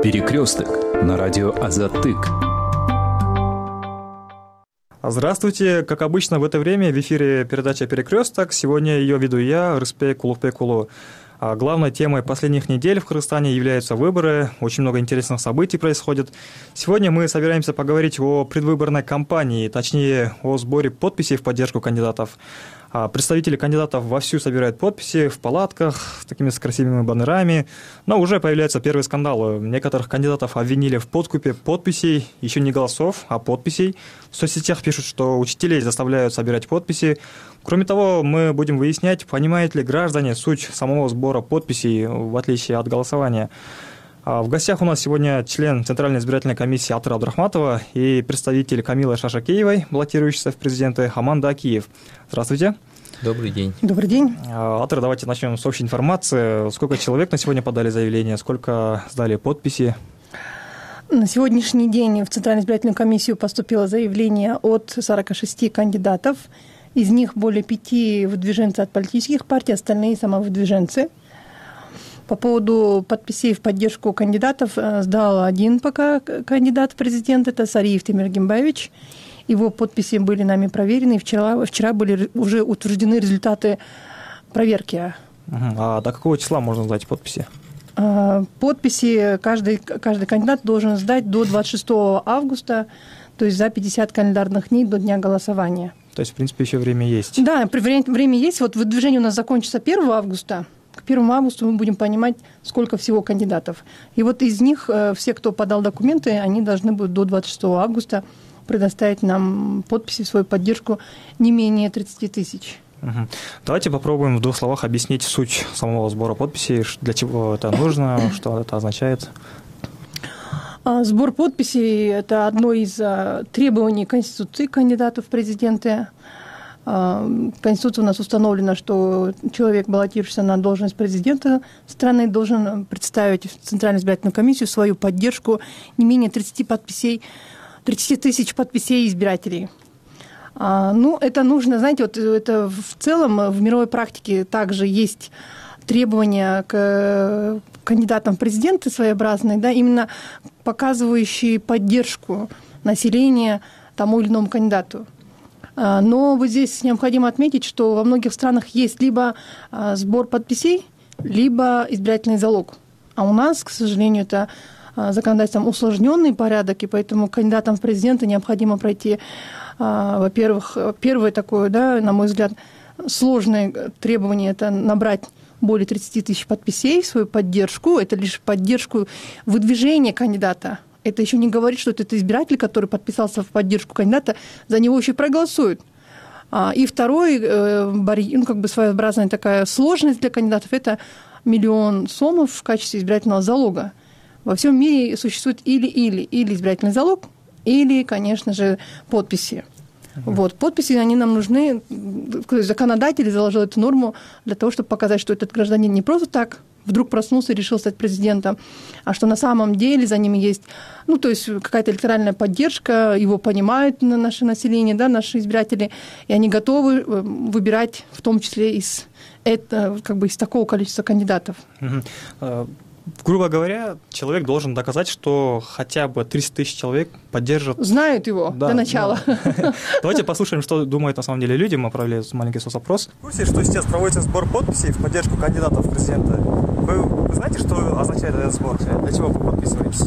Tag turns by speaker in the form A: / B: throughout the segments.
A: Перекресток на радио Азаттык.
B: Здравствуйте. Как обычно, в это время в эфире передача «Перекресток». Сегодня ее веду я, Рыспек Кулупекулу. Главной темой последних недель в Кыргызстане являются выборы. Очень много интересных событий происходит. Сегодня мы собираемся поговорить о предвыборной кампании, точнее, о сборе подписей в поддержку кандидатов. Представители кандидатов вовсю собирают подписи в палатках с такими красивыми баннерами, но уже появляются первые скандалы. Некоторых кандидатов обвинили в подкупе подписей, еще не голосов, а подписей. В соцсетях пишут, что учителей заставляют собирать подписи. Кроме того, мы будем выяснять, понимают ли граждане суть самого сбора подписей, в отличие от голосования. В гостях у нас сегодня член Центральной избирательной комиссии Атыр Абдрахматова и представитель Камилы Шашакеевой, баллотирующейся в президенты, Аманда Акиев. Здравствуйте.
C: Добрый день.
D: Добрый день.
B: Атыр, давайте начнем с общей информации. Сколько человек на сегодня подали заявление, сколько сдали подписи?
D: На сегодняшний день в Центральную избирательную комиссию поступило заявление от 46 кандидатов. Из них более 5 выдвиженцы от политических партий, остальные самовыдвиженцы. По поводу подписей в поддержку кандидатов сдал один пока кандидат в президент, это Сариев Темир Гимбаевич. Его подписи были нами проверены, и вчера были уже утверждены результаты проверки.
B: А до какого числа можно сдать подписи?
D: Подписи каждый кандидат должен сдать до 26 августа, то есть за 50 календарных дней до дня голосования.
B: То есть, в принципе, еще время есть?
D: Да, время есть. Вот выдвижение у нас закончится 1 августа. К 1 августа мы будем понимать, сколько всего кандидатов. И вот из них все, кто подал документы, они должны будут до 26 августа предоставить нам подписи, свою поддержку не менее 30 тысяч.
B: Давайте попробуем в 2 словах объяснить суть самого сбора подписей, для чего это нужно, что это означает.
D: Сбор подписей – это одно из требований Конституции кандидатов в президенты. В Конституции у нас установлено, что человек, баллотирующийся на должность президента страны, должен представить в Центральную избирательную комиссию свою поддержку не менее 30 тысяч подписей избирателей. Это нужно, знаете, вот это в целом в мировой практике также есть требования к кандидатам в президенты своеобразные, да, именно показывающие поддержку населения тому или иному кандидату. Но вот здесь необходимо отметить, что во многих странах есть либо сбор подписей, либо избирательный залог. А у нас, к сожалению, это законодательством усложненный порядок, и поэтому кандидатам в президенты необходимо пройти, во-первых, первое такое, да, на мой взгляд, сложное требование – это набрать более 30 тысяч подписей в свою поддержку. Это лишь поддержку выдвижения кандидата. Это еще не говорит, что это избиратель, который подписался в поддержку кандидата, за него еще проголосуют. И второй, своеобразная такая сложность для кандидатов – это 1 000 000 сомов в качестве избирательного залога. Во всем мире существует или избирательный залог, или, конечно же, подписи. Вот, подписи, они нам нужны. Законодатель заложил эту норму для того, чтобы показать, что этот гражданин не просто так вдруг проснулся и решил стать президентом, а что на самом деле за ним есть, какая-то электоральная поддержка, его понимают наше население, да, наши избиратели, и они готовы выбирать в том числе из такого количества кандидатов.
B: Грубо говоря, человек должен доказать, что хотя бы 30 тысяч человек поддержат...
D: Знают его для начала.
B: Давайте послушаем, что думают на самом деле люди. Мы провели маленький соцопрос. В курсе, что сейчас проводится сбор подписей в поддержку кандидатов в президенты? Вы знаете, что означает этот сбор? Для чего вы подписываетесь?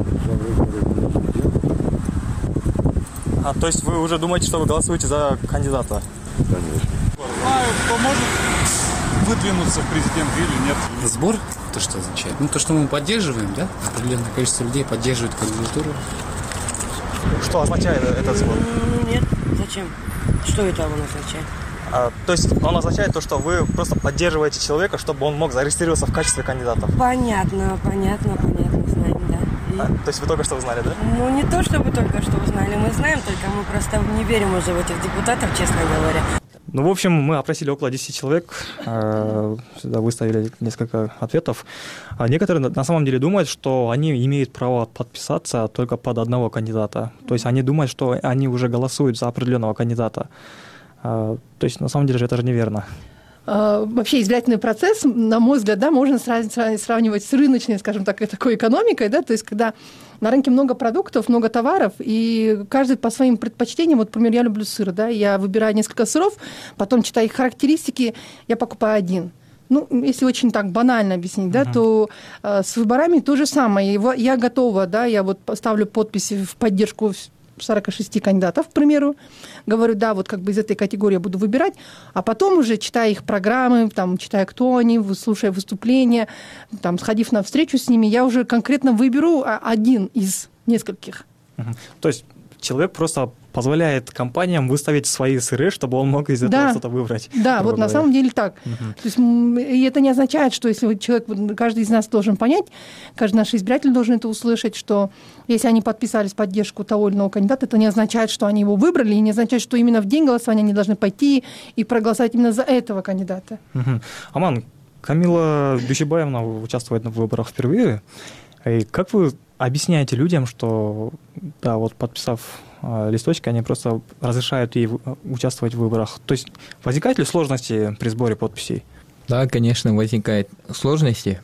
B: То есть вы уже думаете, что вы голосуете за кандидата?
E: Конечно. Знаю, кто может выдвинуться в президенты или нет.
C: Сбор? Это что означает? То, что мы поддерживаем, да? Определенное количество людей поддерживает кандидатуру.
B: Что означает этот сбор?
F: Нет, зачем? Что это он означает?
B: То есть он означает то, что вы просто поддерживаете человека, чтобы он мог зарегистрироваться в качестве кандидата?
F: Понятно, знаем, да.
B: То есть вы только что узнали, да?
F: Не то, чтобы только что узнали, мы знаем, только мы просто не верим уже в этих депутатов, честно говоря.
B: В общем, мы опросили около 10 человек, сюда выставили несколько ответов. Некоторые на самом деле думают, что они имеют право подписаться только под одного кандидата. То есть они думают, что они уже голосуют за определенного кандидата. То есть на самом деле это же неверно.
D: вообще избирательный процесс, на мой взгляд, да, можно сравнивать с рыночной, скажем так, такой экономикой, да, то есть когда на рынке много продуктов, много товаров, и каждый по своим предпочтениям, вот, например, я люблю сыр, да, я выбираю несколько сыров, потом читаю их характеристики, я покупаю один. Ну, если очень так банально объяснить, да, то с выборами то же самое. Я готова, да, я вот ставлю подписи в поддержку 46 кандидатов, к примеру, говорю, да, вот как бы из этой категории я буду выбирать, а потом уже читая их программы, там, читая, кто они, слушая выступления, там, сходив на встречу с ними, я уже конкретно выберу один из нескольких.
B: То есть человек просто позволяет компаниям выставить свои сыры, чтобы он мог из этого что-то выбрать.
D: Да, вот на самом деле так. То есть, и это не означает, что если человек, каждый из нас должен понять, каждый наш избиратель должен это услышать, что если они подписались в поддержку того или иного кандидата, это не означает, что они его выбрали, и не означает, что именно в день голосования они должны пойти и проголосовать именно за этого кандидата.
B: Аман, Камила Душибаевна участвует в выборах впервые. И как вы объясняете людям, что, да, вот подписав листочки, они просто разрешают ей участвовать в выборах? То есть возникают ли сложности при сборе подписей?
G: Да, конечно, возникают сложности,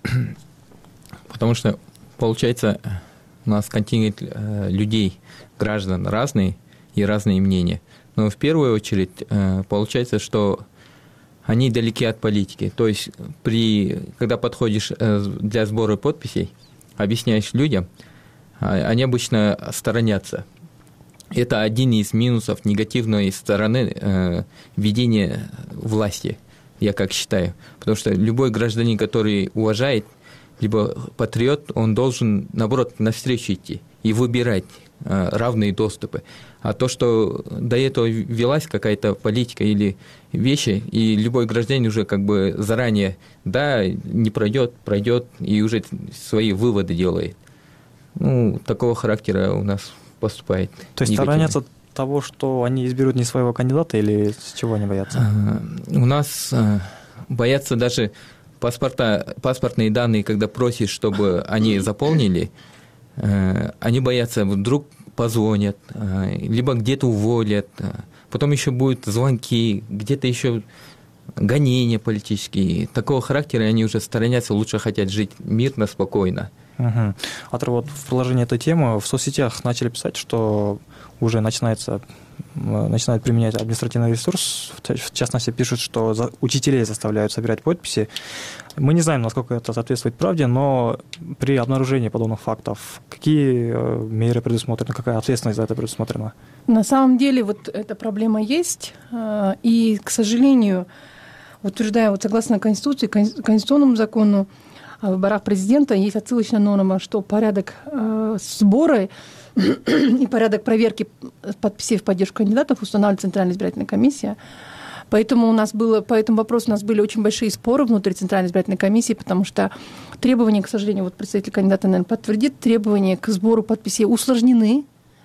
G: потому что, получается, у нас контингент людей, граждан разный и разные мнения. Но в первую очередь получается, что они далеки от политики. То есть, когда подходишь для сбора подписей, объясняешь людям, они обычно сторонятся. Это один из минусов негативной стороны ведения власти, я как считаю. Потому что любой гражданин, который уважает, либо патриот, он должен, наоборот, навстречу идти и выбирать равные доступы. А то, что до этого велась какая-то политика или вещи, и любой гражданин уже как бы заранее, да, не пройдет, и уже свои выводы делает. Ну, такого характера у нас поступает.
B: То есть сторонятся того, что они изберут не своего кандидата, или с чего они боятся?
G: У нас боятся даже паспортные данные, когда просишь, чтобы они заполнили, они боятся, вдруг позвонят, либо где-то уволят, потом еще будут звонки, где-то еще гонения политические. Такого характера они уже сторонятся, лучше хотят жить мирно, спокойно.
B: Артур, вот в продолжение этой темы в соцсетях начали писать, что уже начинают применять административный ресурс. В частности, пишут, что учителей заставляют собирать подписи. Мы не знаем, насколько это соответствует правде, но при обнаружении подобных фактов какие меры предусмотрены, какая ответственность за это предусмотрена?
D: На самом деле вот эта проблема есть, и, к сожалению, утверждая, вот согласно Конституции, конституционному закону о выборах президента, есть отсылочная норма, что порядок сбора и порядок проверки подписей в поддержку кандидатов устанавливает Центральная избирательная комиссия. Поэтому по этому вопросу у нас были очень большие споры внутри Центральной избирательной комиссии, потому что требования, к сожалению, вот представитель кандидата, наверное, подтвердит, требования к сбору подписей усложнены.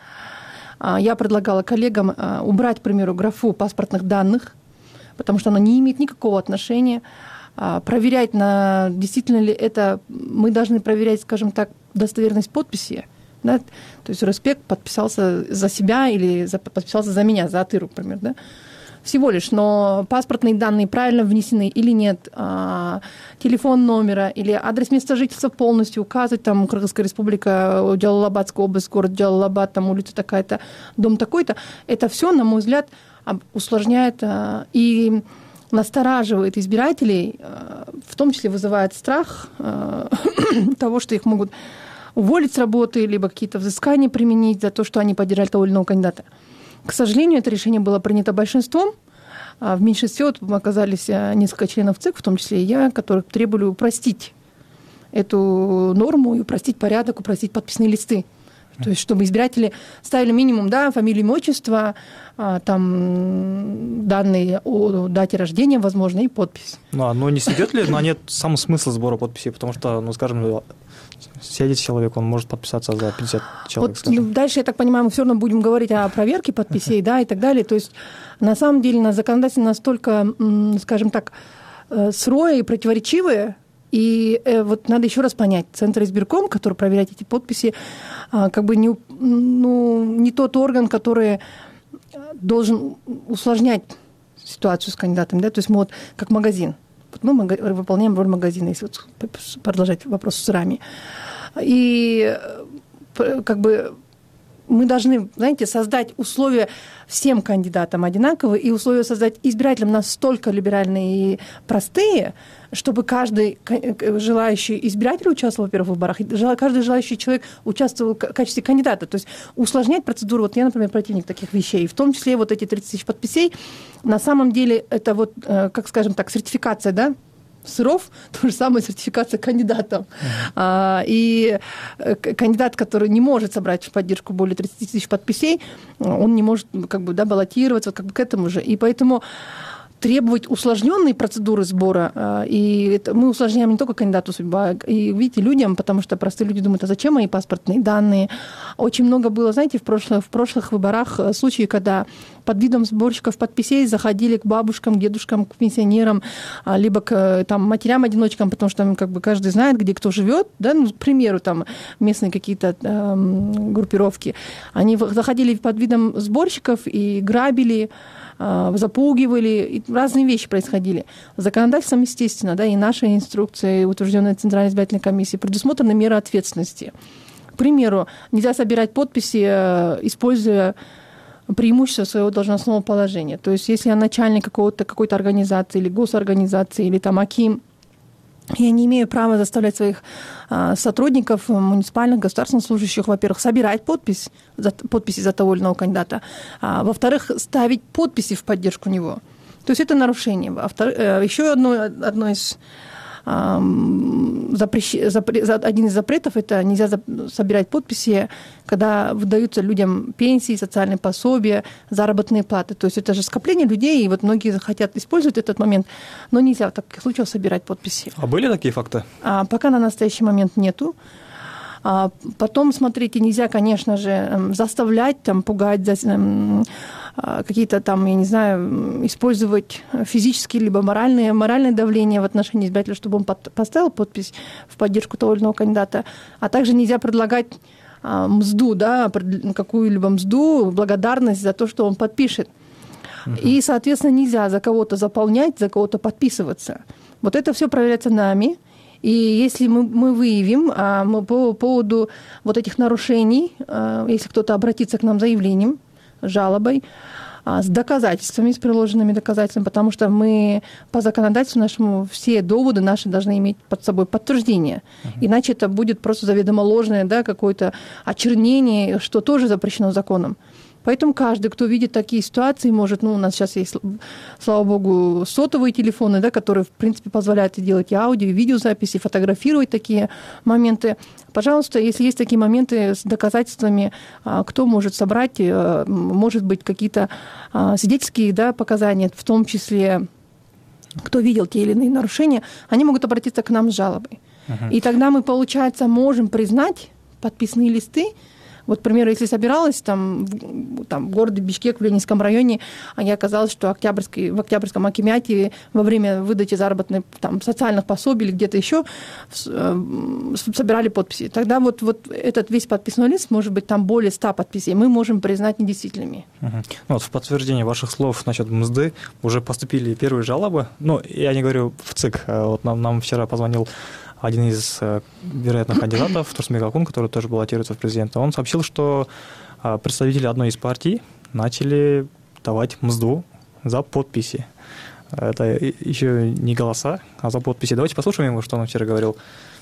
D: Я предлагала коллегам убрать, к примеру, графу паспортных данных, потому что она не имеет никакого отношения. Проверять, действительно ли это, мы должны проверять, скажем так, достоверность подписи. Да? То есть Респект подписался за себя или подписался за меня, за Атыру, например, да? Всего лишь, но паспортные данные правильно внесены или нет, телефон номера или адрес места жительства полностью указывать, там Кыргызская республика, Джалалабадская область, город Джалалабад, там улица такая-то, дом такой-то, это все, на мой взгляд, усложняет и настораживает избирателей, в том числе вызывает страх того, что их могут уволить с работы, либо какие-то взыскания применить за то, что они поддержали того или иного кандидата. К сожалению, это решение было принято большинством. В меньшинстве вот оказались несколько членов ЦИК, в том числе и я, которых требовали упростить эту норму, и упростить порядок, упростить подписные листы. То есть, чтобы избиратели ставили минимум, да, фамилию, имя, отчество, там данные о дате рождения, возможно, и подпись.
B: Но не сведет ли на нет сам смысл сбора подписей? Потому что, скажем, сядет человек, он может подписаться за 50 человек.
D: Вот дальше, я так понимаю, мы все равно будем говорить о проверке подписей, да, и так далее. То есть, на самом деле, на законодательство настолько, скажем так, сырое и противоречивое. И вот надо еще раз понять, Центр избирком, который проверяет эти подписи, как бы не тот орган, который должен усложнять ситуацию с кандидатами, да, то есть мы вот как магазин, вот мы выполняем роль магазина, если вот продолжать вопрос с СРАМи. И как бы мы должны, знаете, создать условия всем кандидатам одинаковые и условия создать избирателям настолько либеральные и простые, чтобы каждый желающий избиратель участвовал, во-первых, в выборах, и каждый желающий человек участвовал в качестве кандидата. То есть усложнять процедуру. Вот я, например, противник таких вещей. В том числе вот эти 30 тысяч подписей. На самом деле это вот, как скажем так, сертификация, да, сыров, то же самое сертификация кандидатам. И кандидат, который не может собрать в поддержку более 30 тысяч подписей, он не может как бы, да, баллотироваться как бы к этому же. И поэтому требовать усложненные процедуры сбора, и это мы усложняем не только кандидату судьбу, а и, видите, людям, потому что простые люди думают, а зачем мои паспортные данные? Очень много было, знаете, в прошлых выборах случаев, когда под видом сборщиков подписей заходили к бабушкам, к дедушкам, к пенсионерам, либо к там, матерям-одиночкам, потому что там, как бы каждый знает, где кто живет, да, ну, к примеру, там местные какие-то группировки. Они заходили под видом сборщиков и грабили, запугивали, и разные вещи происходили. Законодательством, естественно, да, и нашей инструкцией, утвержденной Центральной избирательной комиссией, предусмотрены меры ответственности. К примеру, нельзя собирать подписи, используя преимущество своего должностного положения. То есть, если я начальник какой-то организации или госорганизации, или там аким, я не имею права заставлять своих сотрудников, муниципальных, государственных служащих, во-первых, собирать подписи за того или иного кандидата, а во-вторых, ставить подписи в поддержку него. То есть это нарушение. Еще одно из один из запретов – это нельзя собирать подписи, когда выдаются людям пенсии, социальные пособия, заработные платы. То есть это же скопление людей, и вот многие хотят использовать этот момент, но нельзя в таких случаях собирать подписи.
B: А были такие факты?
D: Пока на настоящий момент нету. Потом, смотрите, нельзя, конечно же, заставлять, там, пугать, какие-то там, я не знаю, использовать физические либо моральное давление в отношении избирателя, чтобы он поставил подпись в поддержку того или иного кандидата. А также нельзя предлагать мзду, да, какую-либо мзду, благодарность за то, что он подпишет. И, соответственно, нельзя за кого-то заполнять, за кого-то подписываться. Вот это все проверяется нами. И если мы выявим по поводу вот этих нарушений, если кто-то обратится к нам с заявлением, с жалобой, с доказательствами, с приложенными доказательствами, потому что мы по законодательству нашему все доводы наши должны иметь под собой подтверждение. Иначе это будет просто заведомо ложное, да, какое-то очернение, что тоже запрещено законом. Поэтому каждый, кто видит такие ситуации, может, у нас сейчас есть, слава богу, сотовые телефоны, да, которые, в принципе, позволяют делать и аудио, и видеозаписи, фотографировать такие моменты. Пожалуйста, если есть такие моменты с доказательствами, кто может собрать, может быть, какие-то свидетельские, да, показания, в том числе, кто видел те или иные нарушения, они могут обратиться к нам с жалобой. И тогда мы, получается, можем признать подписные листы. Вот, к примеру, если собиралась там в городе Бишкек, в Ленинском районе, и оказалось, что в Октябрьском акимате во время выдачи заработных там, социальных пособий или где-то еще собирали подписи. Тогда вот этот весь подписной лист, может быть, там более 100 подписей, мы можем признать недействительными.
B: Вот в подтверждение ваших слов насчет мзды уже поступили первые жалобы. Ну, я не говорю в ЦИК. Вот нам вчера позвонил один из вероятных кандидатов, Турсмек Акун, который тоже баллотируется в президенты, он сообщил, что представители одной из партий начали давать мзду за подписи. Это еще не голоса, а за подписи. Давайте послушаем его, что он вчера говорил.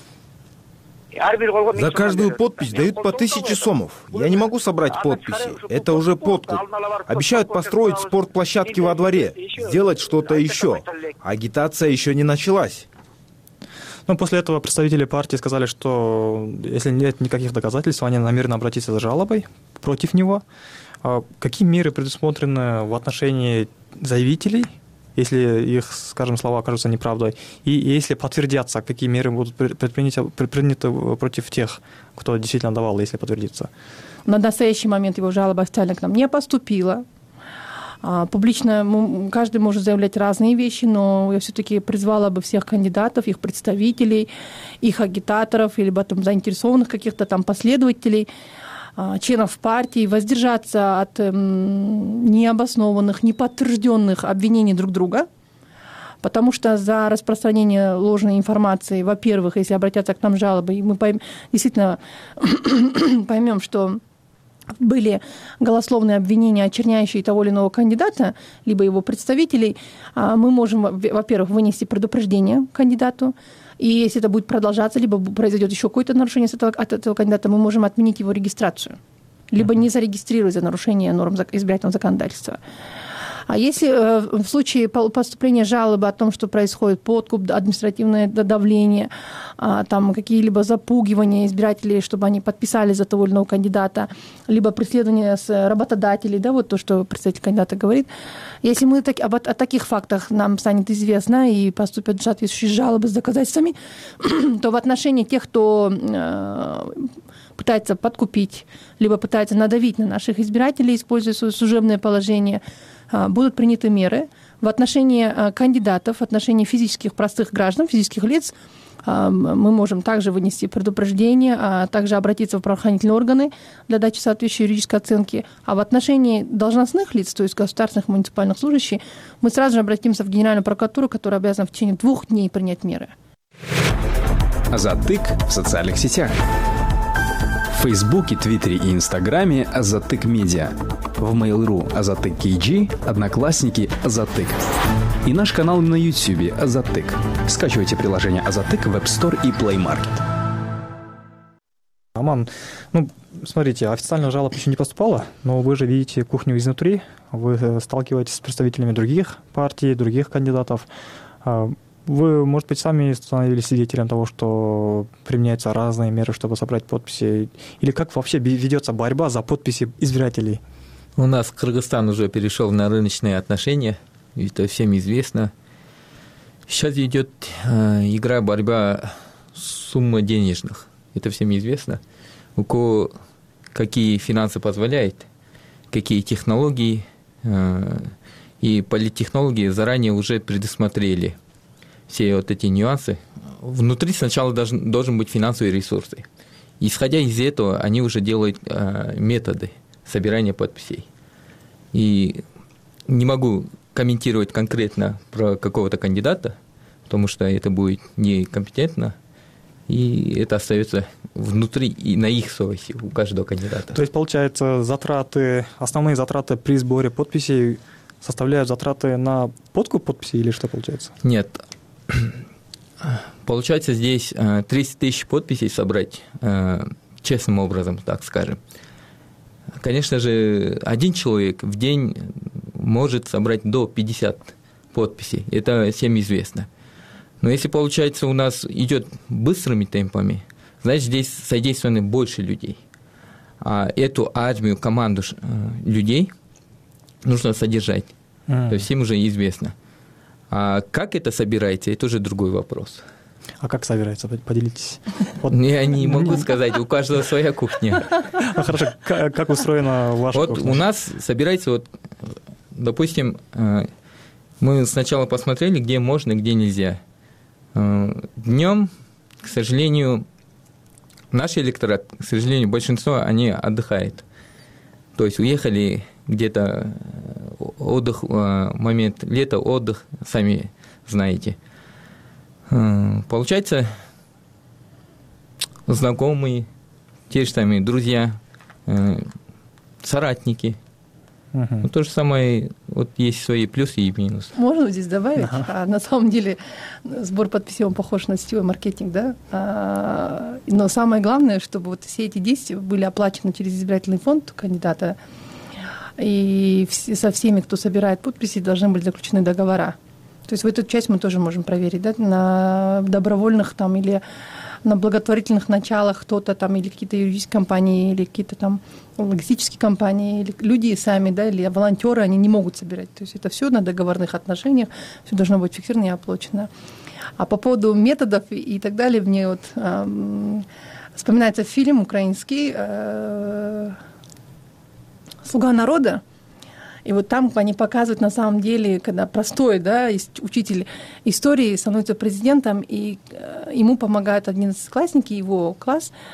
H: За каждую подпись дают по 1000 сомов. Я не могу собрать подписи. Это уже подкуп. Обещают построить спортплощадки во дворе, сделать что-то еще. Агитация еще не началась.
B: Но после этого представители партии сказали, что если нет никаких доказательств, они намерены обратиться с жалобой против него. Какие меры предусмотрены в отношении заявителей, если их, скажем, слова окажутся неправдой, и если подтвердятся, какие меры будут предприняты против тех, кто действительно давал, если подтвердится?
D: На настоящий момент его жалоба официально к нам не поступила. Публично каждый может заявлять разные вещи, но я все-таки призвала бы всех кандидатов, их представителей, их агитаторов, либо там заинтересованных каких-то там последователей членов партии воздержаться от необоснованных, неподтвержденных обвинений друг друга, потому что за распространение ложной информации, во-первых, если обратятся к нам жалобы, и мы действительно поймем, что были голословные обвинения, очерняющие того или иного кандидата, либо его представителей, мы можем, во-первых, вынести предупреждение кандидату, и если это будет продолжаться, либо произойдет еще какое-то нарушение от этого кандидата, мы можем отменить его регистрацию, либо не зарегистрировать за нарушение норм избирательного законодательства. А если в случае поступления жалобы о том, что происходит подкуп, административное давление, там какие-либо запугивания избирателей, чтобы они подписали за того или иного кандидата, либо преследование с работодателей, да, вот то, что представитель кандидата говорит, если мы о таких фактах нам станет известно и поступят соответствующие жалобы с доказательствами, то в отношении тех, кто пытается подкупить, либо пытается надавить на наших избирателей, используя свое служебное положение, будут приняты меры. В отношении кандидатов, в отношении физических простых граждан, физических лиц, мы можем также вынести предупреждение, а также обратиться в правоохранительные органы для дачи соответствующей юридической оценки. А в отношении должностных лиц, то есть государственных муниципальных служащих, мы сразу же обратимся в Генеральную прокуратуру, которая обязана в течение 2 дней принять меры.
A: Азатык в социальных сетях. В Фейсбуке, Твиттере и Инстаграме Азатык Медиа. В Mail.ru Азатык KG, Одноклассники Азатык. И наш канал на YouTube Азатык. Скачивайте приложение Азатык в App Store и Play Market.
B: Аман, смотрите, официальная жалоба еще не поступала, но вы же видите кухню изнутри, вы сталкиваетесь с представителями других партий, других кандидатов. Вы, может быть, сами становились свидетелем того, что применяются разные меры, чтобы собрать подписи? Или как вообще ведется борьба за подписи избирателей?
G: У нас Кыргызстан уже перешел на рыночные отношения, это всем известно. Сейчас идет игра, борьба суммы денежных, это всем известно. У кого какие финансы позволяют, какие технологии, и политтехнологии заранее уже предусмотрели все вот эти нюансы. Внутри сначала должен быть финансовые ресурсы. Исходя из этого, они уже делают методы собирания подписей. И не могу комментировать конкретно про какого-то кандидата, потому что это будет некомпетентно, и это остается внутри и на их совести у каждого кандидата.
B: То есть, получается, основные затраты при сборе подписей составляют затраты на подкуп подписей или что получается?
G: Нет. Получается, здесь 30 тысяч подписей собрать честным образом, так скажем. Конечно же, один человек в день может собрать до 50 подписей. Это всем известно. Но если, получается, у нас идет быстрыми темпами, значит, здесь задействованы больше людей. А эту армию, команду людей нужно содержать. То есть всем уже известно. А как это собирается, это уже другой вопрос.
B: А как собирается? Поделитесь.
G: Я не могу сказать, у каждого своя кухня.
B: Хорошо, как устроена ваша кухня?
G: Вот у нас собирается, допустим, мы сначала посмотрели, где можно, где нельзя. Днем, к сожалению, наш электорат, к сожалению, большинство, они отдыхают. То есть уехали где-то отдых, момент лета, отдых, сами знаете. Получается, знакомые, те же самые друзья, соратники. То же самое, есть свои плюсы и минусы.
D: Можно здесь добавить? На самом деле сбор подписей, он похож на сетевой маркетинг, да? Но самое главное, чтобы все эти действия были оплачены через избирательный фонд кандидата, и со всеми, кто собирает подписи, должны быть заключены договора. То есть в эту часть мы тоже можем проверить, да, на добровольных там или на благотворительных началах кто-то там, или какие-то юридические компании, или какие-то там логистические компании, или люди сами, да, или волонтеры, они не могут собирать. То есть это все на договорных отношениях, все должно быть фиксировано и оплачено. А по поводу методов и так далее, мне вспоминается фильм украинский «Слуга народа». И там они показывают, на самом деле, когда простой, да, учитель истории становится президентом, и ему помогают 11-классники, его класс,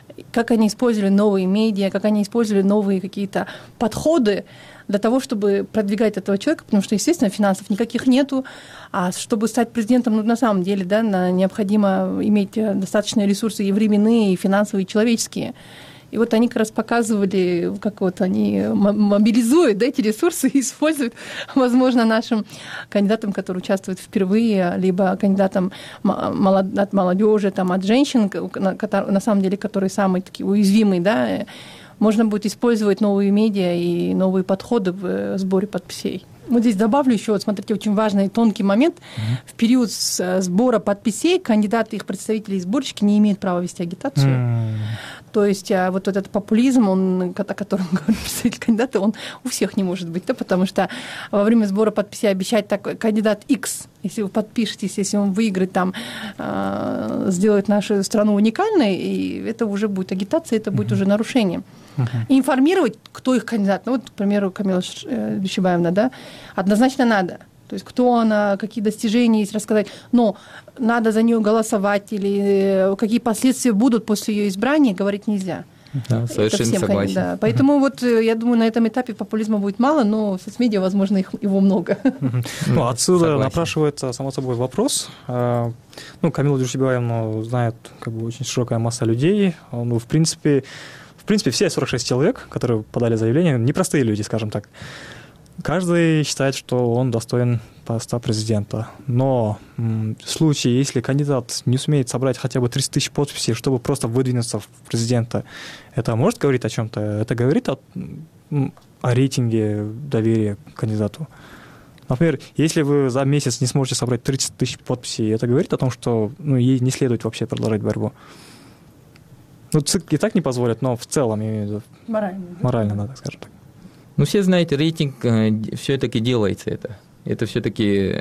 D: как они использовали новые медиа, как они использовали новые какие-то подходы для того, чтобы продвигать этого человека, потому что, естественно, финансов никаких нету, а чтобы стать президентом, ну, на самом деле, да, необходимо иметь достаточные ресурсы и временные, и финансовые, и человеческие. И вот они как раз показывали, как вот они мобилизуют, да, эти ресурсы и используют, возможно, нашим кандидатам, которые участвуют впервые, либо кандидатам от молодежи, там, от женщин, на самом деле, которые самые такие уязвимые, да, можно будет использовать новые медиа и новые подходы в сборе подписей. Вот здесь добавлю еще, вот смотрите, очень важный и тонкий момент. В период сбора подписей кандидаты, их представители и сборщики не имеют права вести агитацию. То есть вот этот популизм, о котором говорит представитель кандидата, он у всех не может быть, да, потому что во время сбора подписей обещать такой кандидат X, если вы подпишетесь, если он выиграет, там, сделает нашу страну уникальной, и это уже будет агитация, это будет уже нарушение. И информировать, кто их кандидат. Ну, вот, к примеру, Камила Душибаевна, да, однозначно надо. То есть кто она, какие достижения есть, рассказать. Но надо за нее голосовать или какие последствия будут после ее избрания, говорить нельзя.
G: Да, совершенно согласен.
D: Да. Поэтому вот я думаю, на этом этапе популизма будет мало, но в соцмедиа, возможно, его много.
B: Ну, отсюда напрашивается, само собой, вопрос. Ну, Камилу Душибаевну знает как бы очень широкая масса людей. Ну, в принципе, все 46 человек, которые подали заявление, непростые люди, скажем так. Каждый считает, что он достоин поста президента. Но в случае, если кандидат не сумеет собрать хотя бы 30 тысяч подписей, чтобы просто выдвинуться в президента, это может говорить о чем-то? Это говорит о рейтинге доверия к кандидату? Например, если вы за месяц не сможете собрать 30 тысяч подписей, это говорит о том, что ей не следует вообще продолжать борьбу? Ну, ЦИК и так не позволят, но в целом, я имею в виду, морально, да, так скажем так.
G: Ну, все знаете, рейтинг все-таки делается это. Это все-таки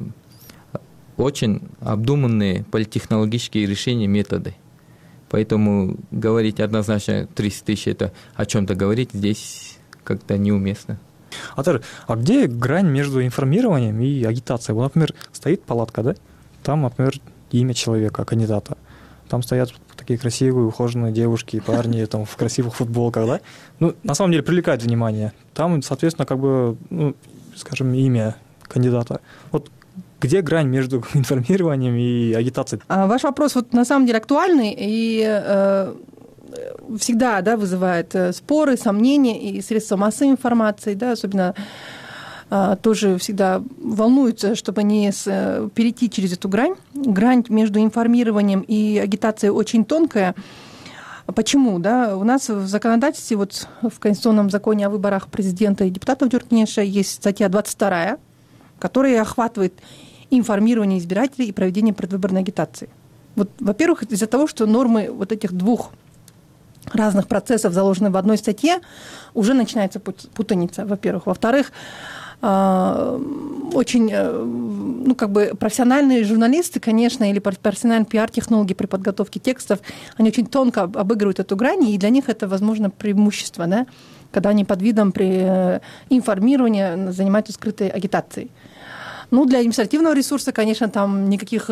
G: очень обдуманные политтехнологические решения, методы. Поэтому говорить однозначно 30 тысяч – это о чем-то говорить здесь как-то неуместно.
B: А где грань между информированием и агитацией? Вот, например, стоит палатка, да? Там, например, имя человека, кандидата. Там стоят такие красивые, ухоженные девушки и парни там, в красивых футболках, да? Ну, на самом деле, привлекает внимание. Там, соответственно, как бы, ну, скажем, имя кандидата. Вот где грань между информированием и агитацией?
D: Ваш вопрос вот на самом деле актуальный и всегда, да, вызывает споры, сомнения, и средства массовой информации, да, особенно тоже всегда волнуются, чтобы не перейти через эту грань. Грань между информированием и агитацией очень тонкая. Почему? Да? У нас в законодательстве, вот в Конституционном законе о выборах президента и депутатов Тюркмении есть статья 22, которая охватывает информирование избирателей и проведение предвыборной агитации. Вот, во-первых, из-за того, что нормы вот этих двух разных процессов заложены в одной статье, уже начинается путаница, во-первых. Во-вторых, очень, ну, как бы профессиональные журналисты, конечно, или профессиональные пиар-технологи при подготовке текстов, они очень тонко обыгрывают эту грань, и для них это, возможно, преимущество, да, когда они под видом при информировании занимаются скрытой агитацией. Ну, для административного ресурса, конечно, там никаких,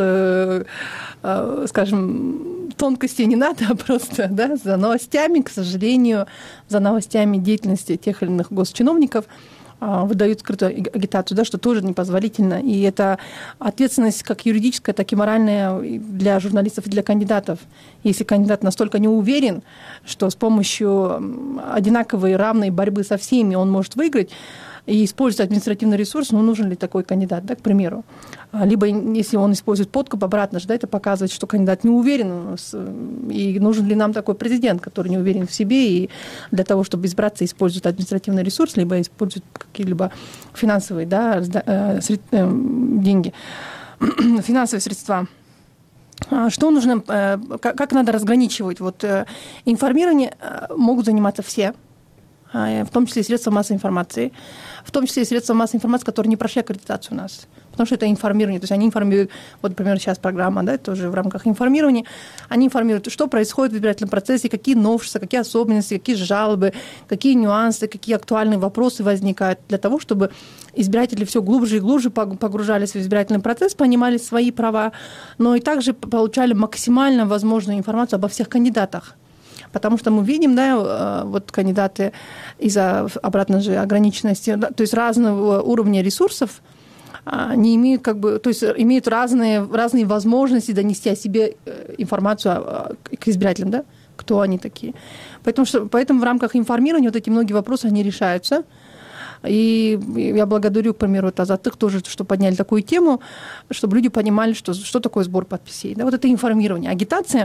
D: скажем, тонкостей не надо, а просто, да, за новостями, к сожалению, за новостями деятельности тех или иных госчиновников выдают скрытую агитацию, да, что тоже непозволительно. И это ответственность как юридическая, так и моральная для журналистов и для кандидатов. Если кандидат настолько не уверен, что с помощью одинаковой равной борьбы со всеми он может выиграть, и использует административный ресурс, ну, нужен ли такой кандидат, да, к примеру. Либо, если он использует подкуп, обратно же, да, это показывает, что кандидат не уверен, и нужен ли нам такой президент, который не уверен в себе, и для того, чтобы избраться, использует административный ресурс, либо использует какие-либо финансовые, да, деньги, финансовые средства. Что нужно, как надо разграничивать? Вот информирование могут заниматься все, в том числе и средства массовой информации, в том числе и средства массовой информации, которые не прошли аккредитацию у нас. Потому что это информирование. То есть они информируют, вот, например, сейчас программа, да, тоже в рамках информирования, они информируют, что происходит в избирательном процессе, какие новшества, какие особенности, какие жалобы, какие нюансы, какие актуальные вопросы возникают, для того, чтобы избиратели все глубже и глубже погружались в избирательный процесс, понимали свои права, но и также получали максимально возможную информацию обо всех кандидатах. Потому что мы видим, да, вот кандидаты из-за, обратно же, ограниченности, да, то есть разного уровня ресурсов, не имеют, как бы, то есть имеют разные возможности донести о себе информацию к избирателям, да, кто они такие. Поэтому в рамках информирования вот эти многие вопросы, они решаются. И я благодарю, к примеру, Азаттык тоже, что подняли такую тему, чтобы люди понимали, что такое сбор подписей. Да, вот это информирование. Агитация,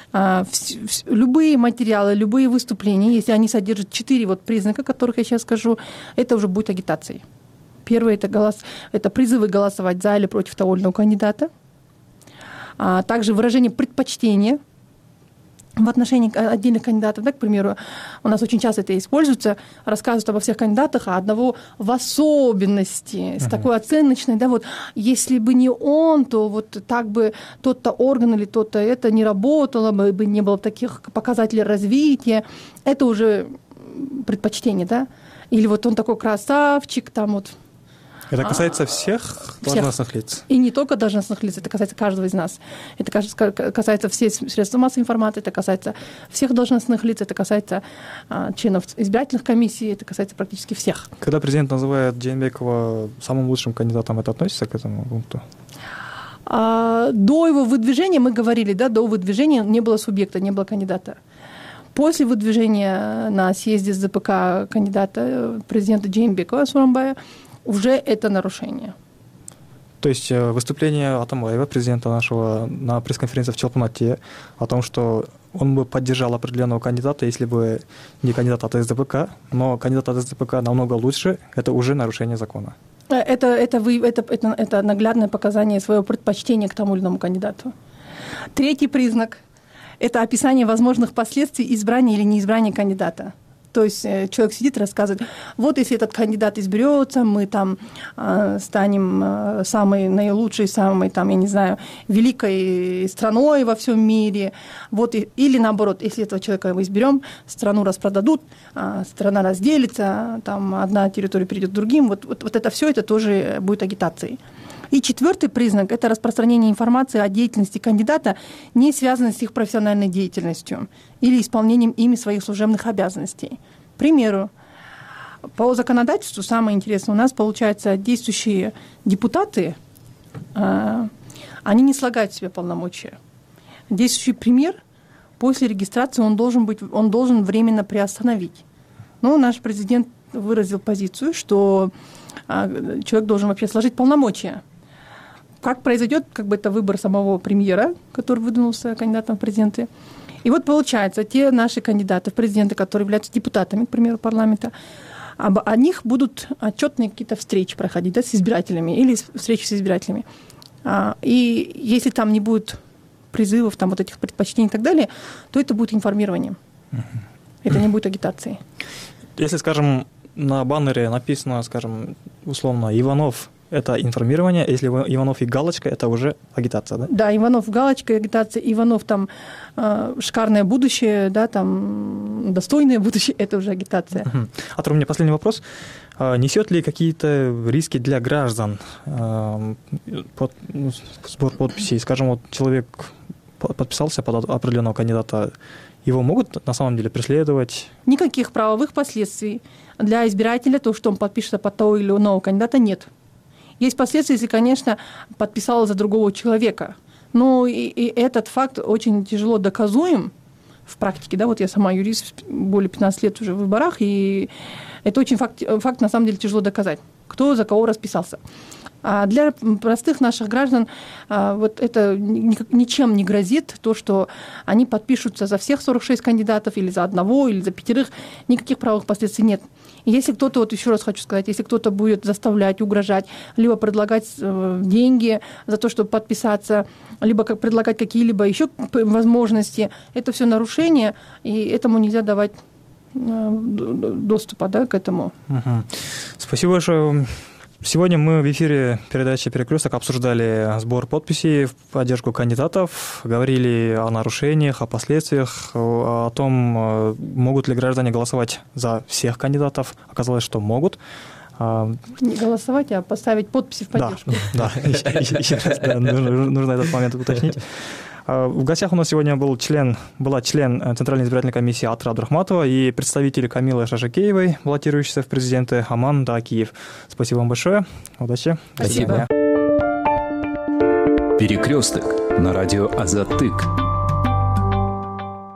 D: любые материалы, любые выступления, если они содержат 4 вот признака, которых я сейчас скажу, это уже будет агитацией. Первый – это призывы голосовать за или против того или иного кандидата. Также выражение предпочтения в отношении отдельных кандидатов, да, к примеру, у нас очень часто это используется, рассказывают обо всех кандидатах, а одного в особенности, с такой оценочной, да, вот, если бы не он, то вот так бы тот-то орган или тот-то это не работало бы, не было бы таких показателей развития, это уже предпочтение, да, или вот он такой красавчик, там вот.
B: Это касается всех должностных лиц?
D: И не только должностных лиц, это касается каждого из нас. Это касается всех средств массовой информации, это касается всех должностных лиц, это касается членов избирательных комиссий, это касается практически всех.
B: Когда президент называет Джеймбекова самым лучшим кандидатом, это относится к этому пункту?
D: До его выдвижения, мы говорили, да, до выдвижения не было субъекта, не было кандидата. После выдвижения на съезде СДПК кандидата президента Джеймбекова Сооронбая уже это нарушение.
B: То есть выступление Атамбаева, президента нашего, на пресс-конференции в Челпанате о том, что он бы поддержал определенного кандидата, если бы не кандидат от СДПК, но кандидат от СДПК намного лучше, это уже нарушение закона. Это наглядное показание своего предпочтения к тому или иному кандидату. Третий признак – это описание возможных последствий избрания или неизбрания кандидата. То есть человек сидит и рассказывает, вот если этот кандидат изберется, мы там станем самой наилучшей, самой, там, я не знаю, великой страной во всем мире. Вот, или наоборот, если этого человека мы изберем, страну распродадут, страна разделится, там одна территория перейдет к другим. Вот это все, это тоже будет агитацией. И четвертый признак – это распространение информации о деятельности кандидата, не связанной с их профессиональной деятельностью или исполнением ими своих служебных обязанностей. К примеру, по законодательству, самое интересное, у нас, получается, действующие депутаты, они не слагают в себе полномочия. Действующий премьер после регистрации он должен временно приостановить. Но наш президент выразил позицию, что человек должен вообще сложить полномочия. Как произойдет, как бы это выбор самого премьера, который выдвинулся кандидатом в президенты. И вот получается, те наши кандидаты в президенты, которые являются депутатами, к примеру, парламента, о них будут отчетные какие-то встречи проходить, да, с избирателями или встречи с избирателями. И если там не будет призывов, там вот этих предпочтений и так далее, то это будет информированием. Это не будет агитацией. Если, скажем, на баннере написано, скажем, условно, Иванов – это информирование, если Иванов и галочка – это уже агитация, да?
D: Да, Иванов – галочка, агитация, Иванов там шикарное будущее, да, там достойное будущее – это уже агитация.
B: Артур, у меня последний вопрос. Несет ли какие-то риски для граждан сбор подписей? Скажем, вот человек подписался под определенного кандидата, его могут на самом деле преследовать?
D: Никаких правовых последствий для избирателя, то, что он подпишется под того или иного кандидата, нет. Есть последствия, если, конечно, подписал за другого человека. Но и этот факт очень тяжело доказуем в практике. Да? Вот я сама юрист, более 15 лет уже в выборах, и это очень факт на самом деле тяжело доказать, кто за кого расписался. А для простых наших граждан вот это ничем не грозит, то, что они подпишутся за всех 46 кандидатов или за одного, или за 5, никаких правовых последствий нет. И если кто-то, вот еще раз хочу сказать, если кто-то будет заставлять, угрожать, либо предлагать деньги за то, чтобы подписаться, либо предлагать какие-либо еще возможности, это все нарушение, и этому нельзя давать доступа, да, к этому.
B: Спасибо большое. Сегодня мы в эфире передачи «Перекресток» обсуждали сбор подписей в поддержку кандидатов, говорили о нарушениях, о последствиях, о том, могут ли граждане голосовать за всех кандидатов. Оказалось, что могут.
D: Не голосовать, а поставить подписи в поддержку.
B: Да, еще раз, нужно этот момент уточнить. В гостях у нас сегодня была член Центральной избирательной комиссии Атра Абдрахматова и представитель Камилы Шашакеевой, баллотирующейся в президенты, Аман Даакиев. Спасибо вам большое. Удачи.
G: Спасибо.
A: Перекресток на радио Азатык.